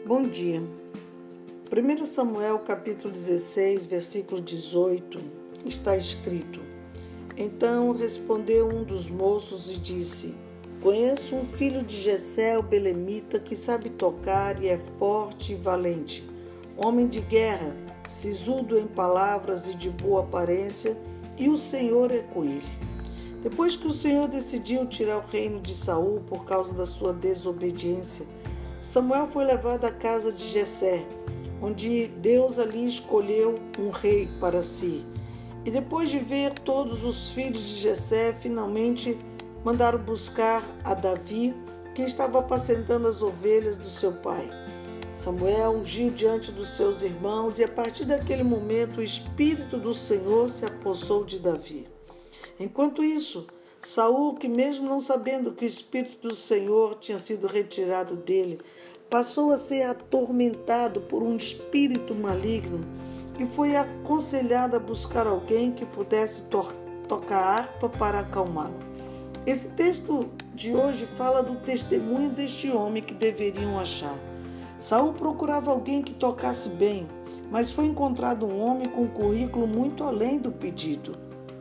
Bom dia. 1 Samuel capítulo 16, versículo 18, está escrito: Então respondeu um dos moços e disse: Conheço um filho de Jessé, o belemita, que sabe tocar e é forte e valente, homem de guerra, sisudo em palavras e de boa aparência, e o Senhor é com ele. Depois que o Senhor decidiu tirar o reino de Saul por causa da sua desobediência, Samuel foi levado à casa de Jessé, onde Deus ali escolheu um rei para si. E depois de ver todos os filhos de Jessé, finalmente mandaram buscar a Davi, que estava apacentando as ovelhas do seu pai. Samuel ungiu diante dos seus irmãos e a partir daquele momento o Espírito do Senhor se apossou de Davi. Enquanto isso, Saul, que mesmo não sabendo que o Espírito do Senhor tinha sido retirado dele, passou a ser atormentado por um espírito maligno e foi aconselhado a buscar alguém que pudesse tocar harpa para acalmá-lo. Esse texto de hoje fala do testemunho deste homem que deveriam achar. Saul procurava alguém que tocasse bem, mas foi encontrado um homem com um currículo muito além do pedido.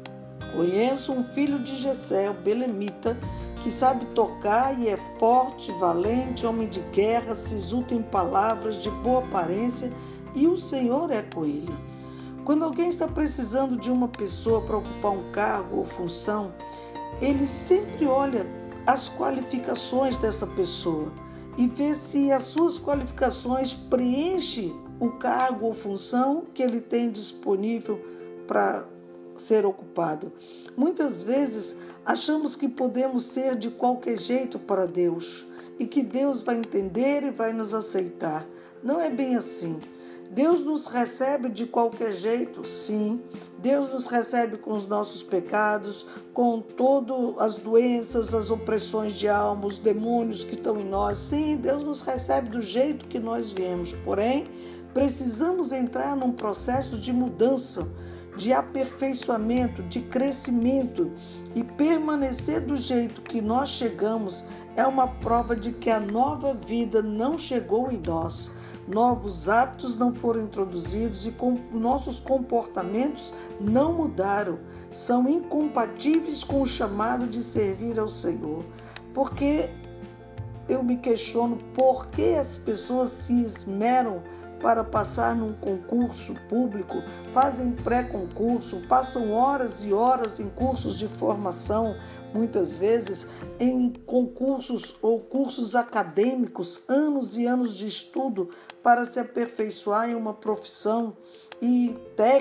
Conheço um filho de Jessé, o belemita, que sabe tocar e é forte, valente, homem de guerra, sisudo em palavras, de boa aparência, e o Senhor é com ele. Quando alguém está precisando de uma pessoa para ocupar um cargo ou função, ele sempre olha as qualificações dessa pessoa e vê se as suas qualificações preenchem o cargo ou função que ele tem disponível para ser ocupado. Muitas vezes achamos que podemos ser de qualquer jeito para Deus e que Deus vai entender e vai nos aceitar. Não é bem assim. Deus nos recebe de qualquer jeito, sim. Deus nos recebe com os nossos pecados, com todas as doenças, as opressões de alma, os demônios que estão em nós. Sim, Deus nos recebe do jeito que nós viemos. Porém, precisamos entrar num processo de mudança, de aperfeiçoamento, de crescimento, e permanecer do jeito que nós chegamos é uma prova de que a nova vida não chegou em nós. Novos hábitos não foram introduzidos e nossos comportamentos não mudaram. São incompatíveis com o chamado de servir ao Senhor. Porque eu me questiono por que as pessoas se esmeram para passar num concurso público, fazem pré-concurso, passam horas e horas em cursos de formação, muitas vezes em concursos ou cursos acadêmicos, anos e anos de estudo para se aperfeiçoar em uma profissão, e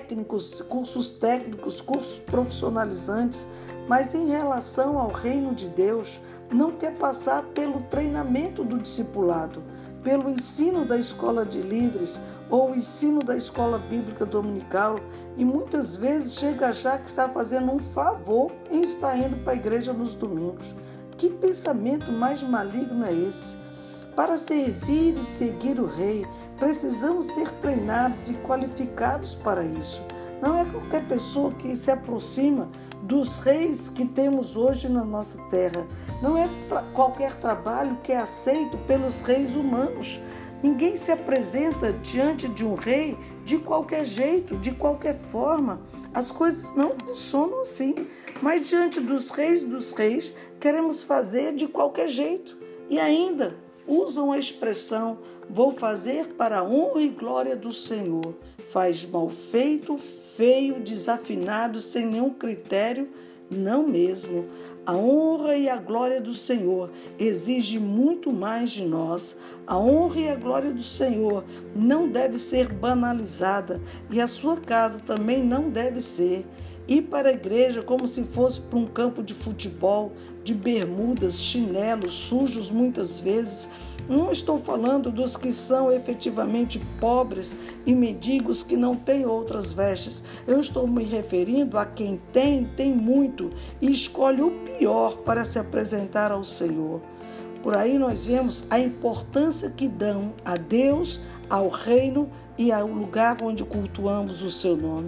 cursos técnicos, cursos profissionalizantes, mas em relação ao reino de Deus, não quer passar pelo treinamento do discipulado, pelo ensino da escola de líderes ou ensino da escola bíblica dominical, e muitas vezes chega a achar que está fazendo um favor em estar indo para a igreja nos domingos. Que pensamento mais maligno é esse? Para servir e seguir o rei, precisamos ser treinados e qualificados para isso. Não é qualquer pessoa que se aproxima dos reis que temos hoje na nossa terra. Não é qualquer trabalho que é aceito pelos reis humanos. Ninguém se apresenta diante de um rei de qualquer jeito, de qualquer forma. As coisas não funcionam assim. Mas diante dos reis, queremos fazer de qualquer jeito. E ainda usam a expressão: vou fazer para a honra e glória do Senhor. Faz mal feito, feio, desafinado, sem nenhum critério, não mesmo. A honra e a glória do Senhor exige muito mais de nós. A honra e a glória do Senhor não deve ser banalizada, e a sua casa também não deve ser. Ir para a igreja como se fosse para um campo de futebol, de bermudas, chinelos sujos muitas vezes. Não estou falando dos que são efetivamente pobres e mendigos que não têm outras vestes. Eu estou me referindo a quem tem muito e escolhe o pior para se apresentar ao Senhor. Por aí nós vemos a importância que dão a Deus, ao reino e ao lugar onde cultuamos o seu nome.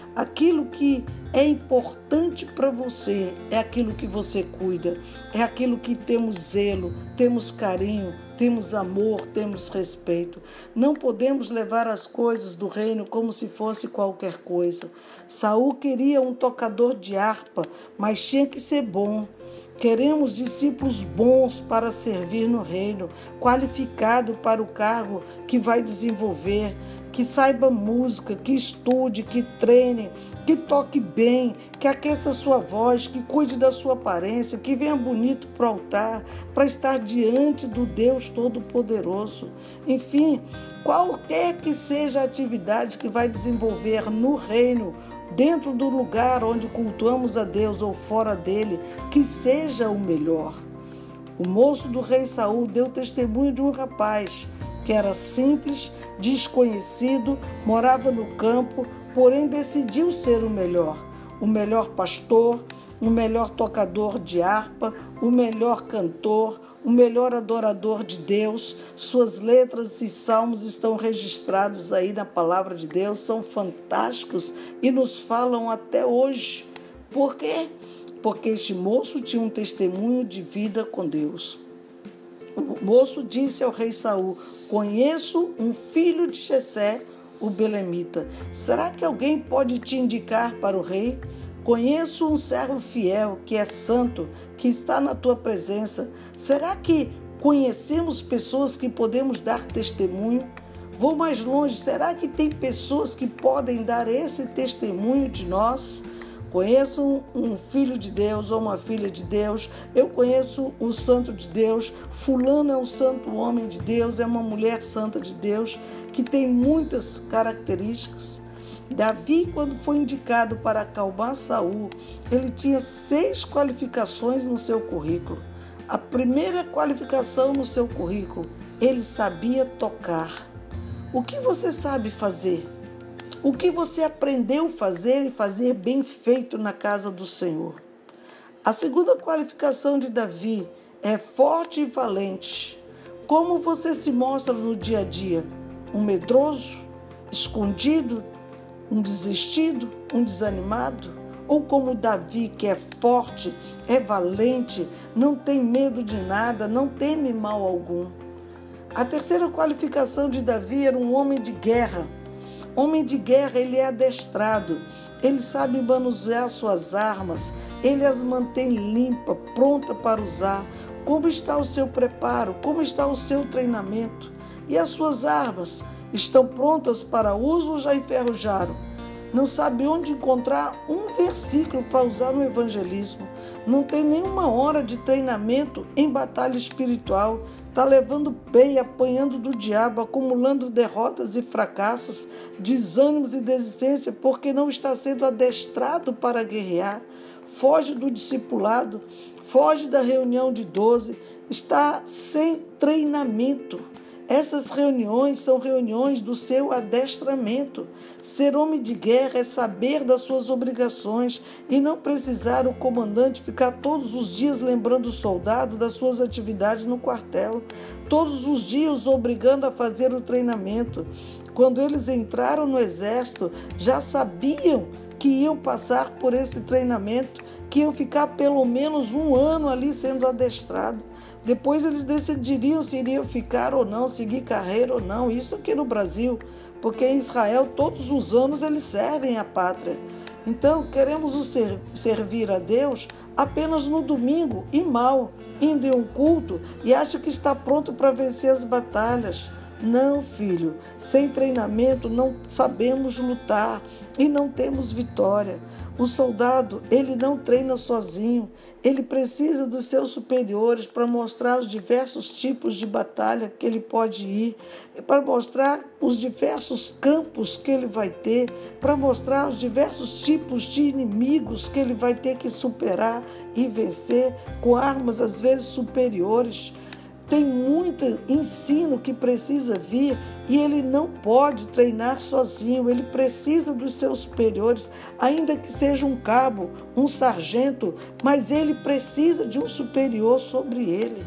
Aquilo que é importante para você é aquilo que você cuida, é aquilo que temos zelo, temos carinho, temos amor, temos respeito. Não podemos levar as coisas do reino como se fosse qualquer coisa. Saul queria um tocador de harpa, mas tinha que ser bom. Queremos discípulos bons para servir no reino, qualificado para o cargo que vai desenvolver, que saiba música, que estude, que treine, que toque bem, que aqueça sua voz, que cuide da sua aparência, que venha bonito para o altar, para estar diante do Deus Todo-Poderoso. Enfim, qualquer que seja a atividade que vai desenvolver no reino, dentro do lugar onde cultuamos a Deus ou fora dele, que seja o melhor. O moço do rei Saul deu testemunho de um rapaz que era simples, desconhecido, morava no campo, porém decidiu ser o melhor pastor, o melhor tocador de harpa, o melhor cantor, o melhor adorador de Deus. Suas letras e salmos estão registrados aí na palavra de Deus, são fantásticos e nos falam até hoje. Por quê? Porque este moço tinha um testemunho de vida com Deus. O moço disse ao rei Saul: conheço um filho de Jessé, o belemita. Será que alguém pode te indicar para o rei? Conheço um servo fiel, que é santo, que está na tua presença. Será que conhecemos pessoas que podemos dar testemunho? Vou mais longe, será que tem pessoas que podem dar esse testemunho de nós? Conheço um filho de Deus ou uma filha de Deus, eu conheço o santo de Deus, fulano é um santo homem de Deus, é uma mulher santa de Deus, que tem muitas características. Davi, quando foi indicado para acalmar Saul, ele tinha 6 qualificações no seu currículo. A primeira qualificação no seu currículo, ele sabia tocar. O que você sabe fazer? O que você aprendeu a fazer e fazer bem feito na casa do Senhor? A segunda qualificação de Davi é forte e valente. Como você se mostra no dia a dia? Um medroso? Escondido? Um desistido? Um desanimado? Ou como Davi, que é forte, é valente, não tem medo de nada, não teme mal algum? A terceira qualificação de Davi era um homem de guerra. Homem de guerra, ele é adestrado, ele sabe manusear suas armas, ele as mantém limpas, pronta para usar. Como está o seu preparo? Como está o seu treinamento? E as suas armas estão prontas para uso ou já enferrujaram? Não sabe onde encontrar um versículo para usar no evangelismo. Não tem nenhuma hora de treinamento em batalha espiritual. Está levando peia, apanhando do diabo, acumulando derrotas e fracassos, desânimos e desistência, porque não está sendo adestrado para guerrear. Foge do discipulado, foge da reunião de 12, está sem treinamento. Essas reuniões são reuniões do seu adestramento. Ser homem de guerra é saber das suas obrigações e não precisar o comandante ficar todos os dias lembrando o soldado das suas atividades no quartel, todos os dias obrigando a fazer o treinamento. Quando eles entraram no exército, já sabiam que iam passar por esse treinamento, que iam ficar pelo menos 1 ano ali sendo adestrado. Depois eles decidiriam se iriam ficar ou não, seguir carreira ou não. Isso aqui no Brasil, porque em Israel todos os anos eles servem a pátria. Então queremos servir a Deus apenas no domingo e mal, indo em um culto e acha que está pronto para vencer as batalhas. Não, filho, sem treinamento não sabemos lutar e não temos vitória. O soldado, ele não treina sozinho, ele precisa dos seus superiores para mostrar os diversos tipos de batalha que ele pode ir, para mostrar os diversos campos que ele vai ter, para mostrar os diversos tipos de inimigos que ele vai ter que superar e vencer com armas às vezes superiores. Tem muito ensino que precisa vir e ele não pode treinar sozinho, ele precisa dos seus superiores, ainda que seja um cabo, um sargento, mas ele precisa de um superior sobre ele.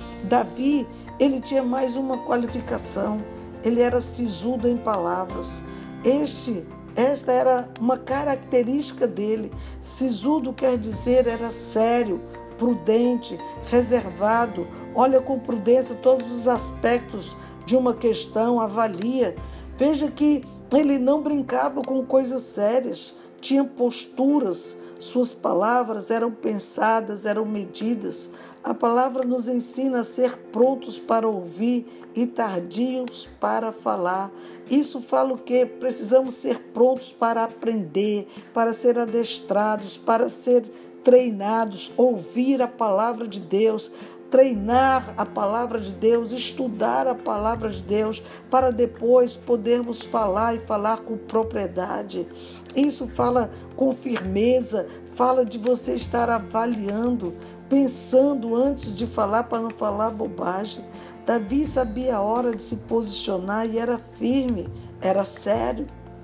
Davi, ele tinha mais uma qualificação, ele era sisudo em palavras. Este Esta era uma característica dele. Sisudo quer dizer era sério, prudente, reservado, olha com prudência todos os aspectos de uma questão, avalia. Veja que ele não brincava com coisas sérias, tinha posturas, suas palavras eram pensadas, eram medidas. A palavra nos ensina a ser prontos para ouvir e tardios para falar. Isso fala o quê? Precisamos ser prontos para aprender, para ser adestrados, para ser treinados, ouvir a palavra de Deus, treinar a palavra de Deus, estudar a palavra de Deus, para depois podermos falar e falar com propriedade. Isso fala com firmeza, fala de você estar avaliando, pensando antes de falar para não falar bobagem. Davi sabia a hora de se posicionar e era firme, era sério.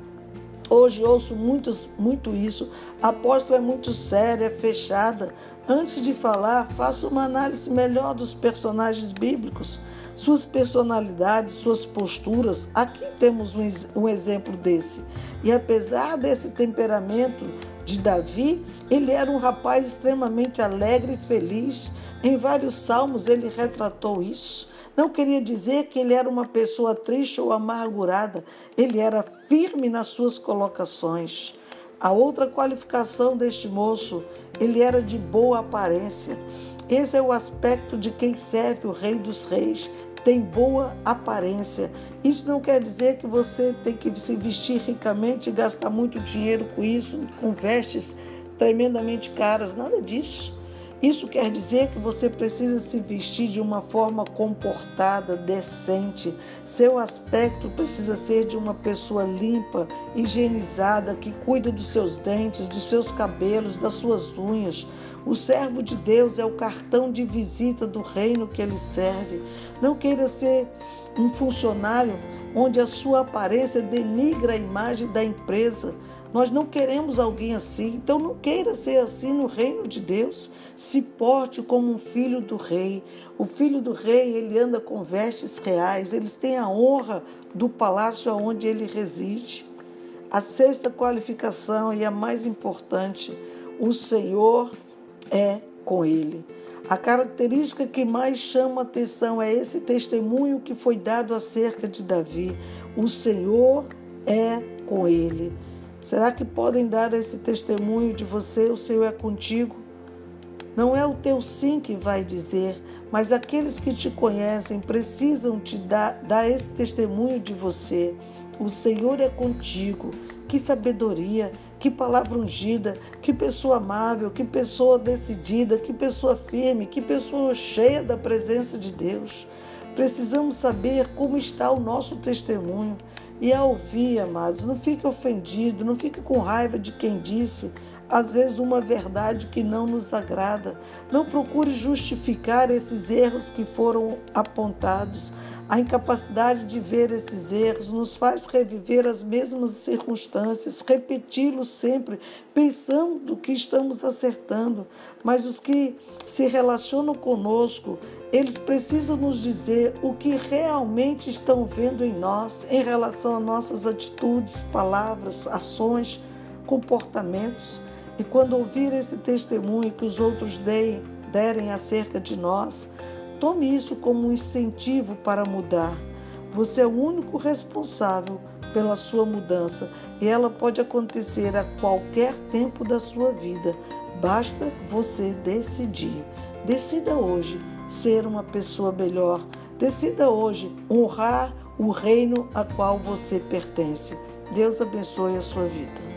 Hoje ouço muito isso. A apóstola é muito séria, fechada. Antes de falar, faça uma análise melhor dos personagens bíblicos, suas personalidades, suas posturas. Aqui temos um exemplo desse. E apesar desse temperamento de Davi, ele era um rapaz extremamente alegre e feliz. Em vários salmos ele retratou isso. Não queria dizer que ele era uma pessoa triste ou amargurada. Ele era firme nas suas colocações. A outra qualificação deste moço, ele era de boa aparência. Esse é o aspecto de quem serve o Rei dos Reis. Tem boa aparência. Isso não quer dizer que você tem que se vestir ricamente e gastar muito dinheiro com isso, com vestes tremendamente caras. Nada disso. Isso quer dizer que você precisa se vestir de uma forma comportada, decente. Seu aspecto precisa ser de uma pessoa limpa, higienizada, que cuida dos seus dentes, dos seus cabelos, das suas unhas. O servo de Deus é o cartão de visita do reino que ele serve. Não queira ser um funcionário onde a sua aparência denigra a imagem da empresa. Nós não queremos alguém assim, então não queira ser assim no reino de Deus. Se porte como um filho do rei. O filho do rei, ele anda com vestes reais, eles têm a honra do palácio onde ele reside. A sexta qualificação e a mais importante, o Senhor é com ele. A característica que mais chama a atenção é esse testemunho que foi dado acerca de Davi. O Senhor é com ele. Será que podem dar esse testemunho de você? O Senhor é contigo? Não é o teu sim que vai dizer, mas aqueles que te conhecem precisam te dar esse testemunho de você. O Senhor é contigo. Que sabedoria, que palavra ungida, que pessoa amável, que pessoa decidida, que pessoa firme, que pessoa cheia da presença de Deus. Precisamos saber como está o nosso testemunho. E ao ouvir, amados, não fique ofendido, não fique com raiva de quem disse, às vezes, uma verdade que não nos agrada. Não procure justificar esses erros que foram apontados. A incapacidade de ver esses erros nos faz reviver as mesmas circunstâncias, repeti-los sempre, pensando que estamos acertando. Mas os que se relacionam conosco, eles precisam nos dizer o que realmente estão vendo em nós, em relação a nossas atitudes, palavras, ações, comportamentos. E quando ouvir esse testemunho que os outros derem acerca de nós, tome isso como um incentivo para mudar. Você é o único responsável pela sua mudança e ela pode acontecer a qualquer tempo da sua vida. Basta você decidir. Decida hoje ser uma pessoa melhor. Decida hoje honrar o reino a qual você pertence. Deus abençoe a sua vida.